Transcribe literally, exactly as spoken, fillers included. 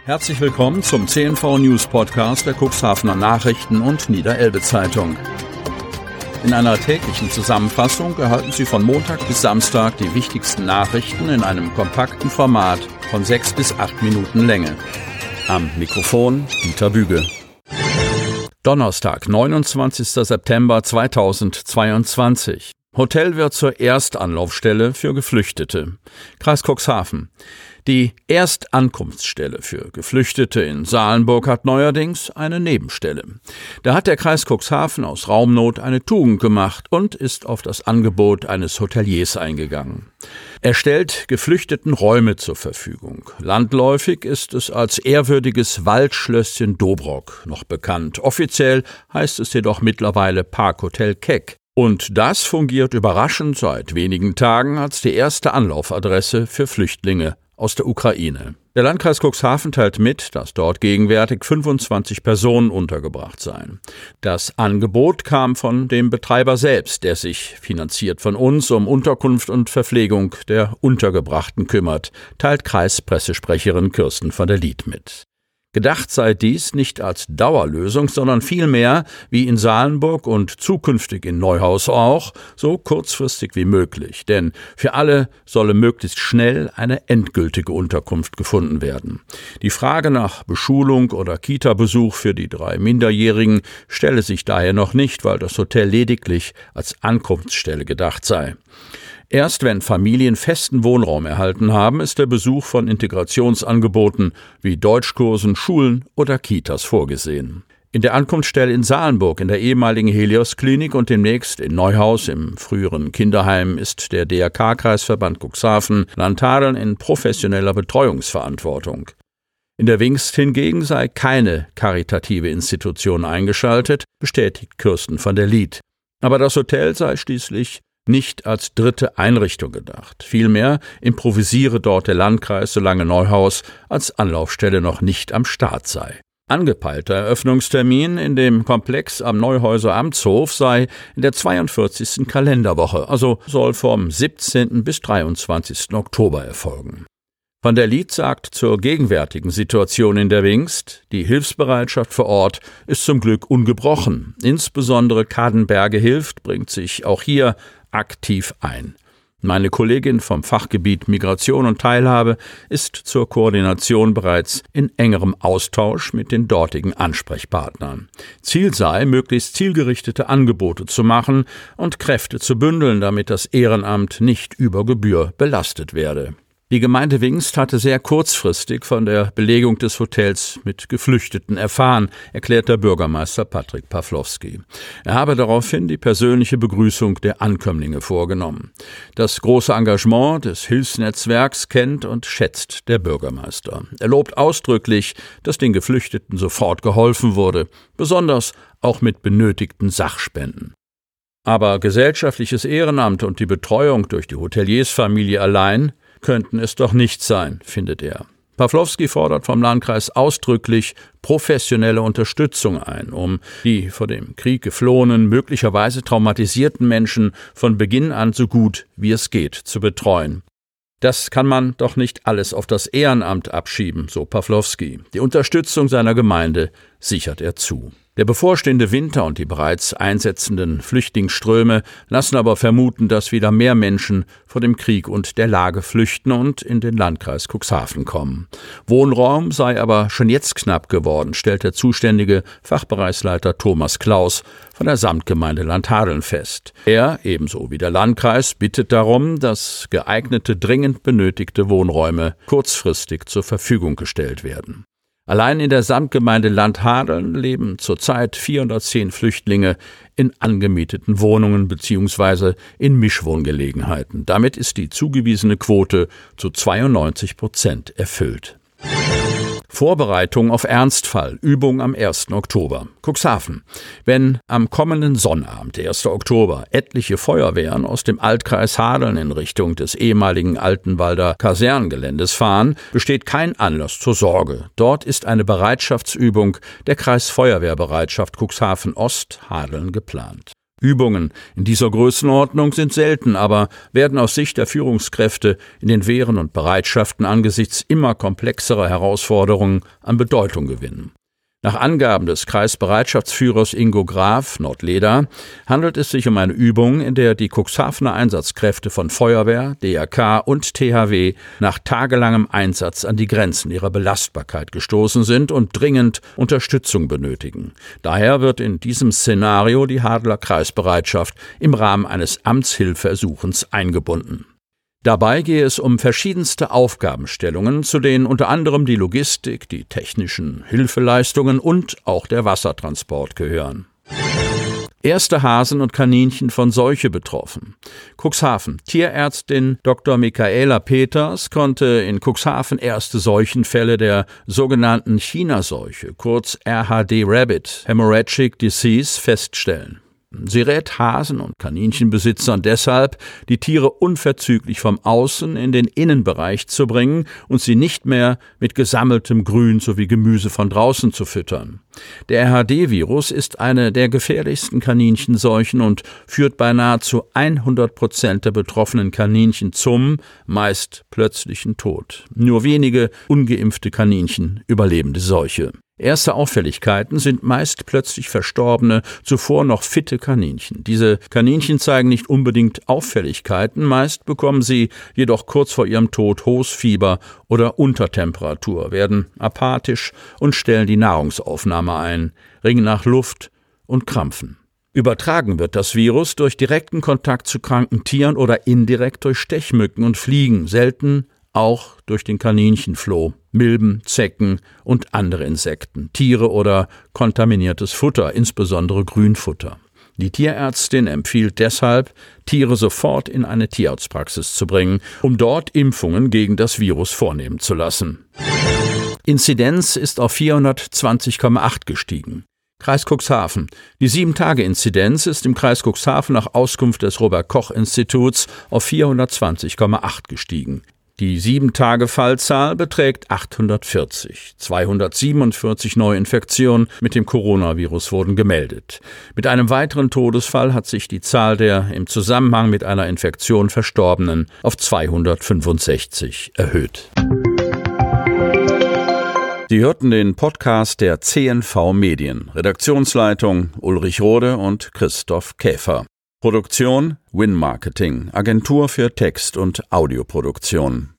Herzlich willkommen zum C N V News Podcast der Cuxhavener Nachrichten und Niederelbe Zeitung. In einer täglichen Zusammenfassung erhalten Sie von Montag bis Samstag die wichtigsten Nachrichten in einem kompakten Format von sechs bis acht Minuten Länge. Am Mikrofon Dieter Büge. Donnerstag, neunundzwanzigster September zweitausendzweiundzwanzig. Hotel wird zur Erstanlaufstelle für Geflüchtete. Kreis Cuxhaven. Die Erstankunftsstelle für Geflüchtete in Salenburg hat neuerdings eine Nebenstelle. Da hat der Kreis Cuxhaven aus Raumnot eine Tugend gemacht und ist auf das Angebot eines Hoteliers eingegangen. Er stellt Geflüchteten Räume zur Verfügung. Landläufig ist es als ehrwürdiges Waldschlösschen Dobrock noch bekannt. Offiziell heißt es jedoch mittlerweile Parkhotel Keck. Und das fungiert überraschend seit wenigen Tagen als die erste Anlaufadresse für Flüchtlinge aus der Ukraine. Der Landkreis Cuxhaven teilt mit, dass dort gegenwärtig fünfundzwanzig Personen untergebracht seien. Das Angebot kam von dem Betreiber selbst, der sich, finanziert von uns, um Unterkunft und Verpflegung der Untergebrachten kümmert, teilt Kreispressesprecherin Kirsten van der Liet mit. Gedacht sei dies nicht als Dauerlösung, sondern vielmehr, wie in Salenburg und zukünftig in Neuhaus auch, so kurzfristig wie möglich. Denn für alle solle möglichst schnell eine endgültige Unterkunft gefunden werden. Die Frage nach Beschulung oder Kita-Besuch für die drei Minderjährigen stelle sich daher noch nicht, weil das Hotel lediglich als Ankunftsstelle gedacht sei. Erst wenn Familien festen Wohnraum erhalten haben, ist der Besuch von Integrationsangeboten wie Deutschkursen, Schulen oder Kitas vorgesehen. In der Ankunftsstelle in Salenburg in der ehemaligen Helios-Klinik und demnächst in Neuhaus im früheren Kinderheim ist der D R K-Kreisverband Cuxhaven Landhadeln in professioneller Betreuungsverantwortung. In der Wingst hingegen sei keine karitative Institution eingeschaltet, bestätigt Kirsten van der Liet. Aber das Hotel sei schließlich nicht als dritte Einrichtung gedacht. Vielmehr improvisiere dort der Landkreis, solange Neuhaus als Anlaufstelle noch nicht am Start sei. Angepeilter Eröffnungstermin in dem Komplex am Neuhäuser Amtshof sei in der zweiundvierzigsten Kalenderwoche, also soll vom siebzehnten bis dreiundzwanzigsten Oktober erfolgen. Van der Liet sagt zur gegenwärtigen Situation in der Wingst: Die Hilfsbereitschaft vor Ort ist zum Glück ungebrochen. Insbesondere Kadenberge hilft, bringt sich auch hier aktiv ein. Meine Kollegin vom Fachgebiet Migration und Teilhabe ist zur Koordination bereits in engerem Austausch mit den dortigen Ansprechpartnern. Ziel sei, möglichst zielgerichtete Angebote zu machen und Kräfte zu bündeln, damit das Ehrenamt nicht über Gebühr belastet werde. Die Gemeinde Wingst hatte sehr kurzfristig von der Belegung des Hotels mit Geflüchteten erfahren, erklärt der Bürgermeister Patrick Pawlowski. Er habe daraufhin die persönliche Begrüßung der Ankömmlinge vorgenommen. Das große Engagement des Hilfsnetzwerks kennt und schätzt der Bürgermeister. Er lobt ausdrücklich, dass den Geflüchteten sofort geholfen wurde, besonders auch mit benötigten Sachspenden. Aber gesellschaftliches Ehrenamt und die Betreuung durch die Hoteliersfamilie allein könnten es doch nicht sein, findet er. Pawlowski fordert vom Landkreis ausdrücklich professionelle Unterstützung ein, um die vor dem Krieg geflohenen, möglicherweise traumatisierten Menschen von Beginn an so gut wie es geht zu betreuen. Das kann man doch nicht alles auf das Ehrenamt abschieben, so Pawlowski. Die Unterstützung seiner Gemeinde sichert er zu. Der bevorstehende Winter und die bereits einsetzenden Flüchtlingsströme lassen aber vermuten, dass wieder mehr Menschen vor dem Krieg und der Lage flüchten und in den Landkreis Cuxhaven kommen. Wohnraum sei aber schon jetzt knapp geworden, stellt der zuständige Fachbereichsleiter Thomas Klaus von der Samtgemeinde Landhadeln fest. Er, ebenso wie der Landkreis, bittet darum, dass geeignete, dringend benötigte Wohnräume kurzfristig zur Verfügung gestellt werden. Allein in der Samtgemeinde Landhadeln leben zurzeit vierhundertzehn Flüchtlinge in angemieteten Wohnungen bzw. in Mischwohngelegenheiten. Damit ist die zugewiesene Quote zu zweiundneunzig Prozent erfüllt. Vorbereitung auf Ernstfall, Übung am ersten Oktober. Cuxhaven. Wenn am kommenden Sonnabend, ersten Oktober, etliche Feuerwehren aus dem Altkreis Hadeln in Richtung des ehemaligen Altenwalder Kasernengeländes fahren, besteht kein Anlass zur Sorge. Dort ist eine Bereitschaftsübung der Kreisfeuerwehrbereitschaft Cuxhaven Ost Hadeln geplant. Übungen in dieser Größenordnung sind selten, aber werden aus Sicht der Führungskräfte in den Wehren und Bereitschaften angesichts immer komplexerer Herausforderungen an Bedeutung gewinnen. Nach Angaben des Kreisbereitschaftsführers Ingo Graf, Nordleda, handelt es sich um eine Übung, in der die Cuxhavener Einsatzkräfte von Feuerwehr, D R K und T H W nach tagelangem Einsatz an die Grenzen ihrer Belastbarkeit gestoßen sind und dringend Unterstützung benötigen. Daher wird in diesem Szenario die Hadeler Kreisbereitschaft im Rahmen eines Amtshilfeersuchens eingebunden. Dabei gehe es um verschiedenste Aufgabenstellungen, zu denen unter anderem die Logistik, die technischen Hilfeleistungen und auch der Wassertransport gehören. Erste Hasen und Kaninchen von Seuche betroffen. Cuxhaven. Tierärztin Doktor Michaela Peters konnte in Cuxhaven erste Seuchenfälle der sogenannten China-Seuche, kurz R H D Rabbit, Hemorrhagic Disease, feststellen. Sie rät Hasen- und Kaninchenbesitzern deshalb, die Tiere unverzüglich vom Außen- in den Innenbereich zu bringen und sie nicht mehr mit gesammeltem Grün sowie Gemüse von draußen zu füttern. Der R H D-Virus ist eine der gefährlichsten Kaninchenseuchen und führt bei nahezu hundert Prozent der betroffenen Kaninchen zum, meist plötzlichen Tod. Nur wenige ungeimpfte Kaninchen überleben die Seuche. Erste Auffälligkeiten sind meist plötzlich verstorbene, zuvor noch fitte Kaninchen. Diese Kaninchen zeigen nicht unbedingt Auffälligkeiten, meist bekommen sie jedoch kurz vor ihrem Tod hohes Fieber oder Untertemperatur, werden apathisch und stellen die Nahrungsaufnahme ein, ringen nach Luft und krampfen. Übertragen wird das Virus durch direkten Kontakt zu kranken Tieren oder indirekt durch Stechmücken und Fliegen, selten auch durch den Kaninchenfloh, Milben, Zecken und andere Insekten, Tiere oder kontaminiertes Futter, insbesondere Grünfutter. Die Tierärztin empfiehlt deshalb, Tiere sofort in eine Tierarztpraxis zu bringen, um dort Impfungen gegen das Virus vornehmen zu lassen. Inzidenz ist auf vierhundertzwanzig Komma acht gestiegen. Kreis Cuxhaven. Die sieben-Tage-Inzidenz ist im Kreis Cuxhaven nach Auskunft des Robert-Koch-Instituts auf vierhundertzwanzig Komma acht gestiegen. Die sieben-Tage-Fallzahl beträgt achthundertvierzig. zweihundertsiebenundvierzig Neuinfektionen mit dem Coronavirus wurden gemeldet. Mit einem weiteren Todesfall hat sich die Zahl der im Zusammenhang mit einer Infektion Verstorbenen auf zweihundertfünfundsechzig erhöht. Sie hörten den Podcast der C N V Medien. Redaktionsleitung Ulrich Rode und Christoph Käfer. Produktion Win Marketing, Agentur für Text- und Audioproduktion.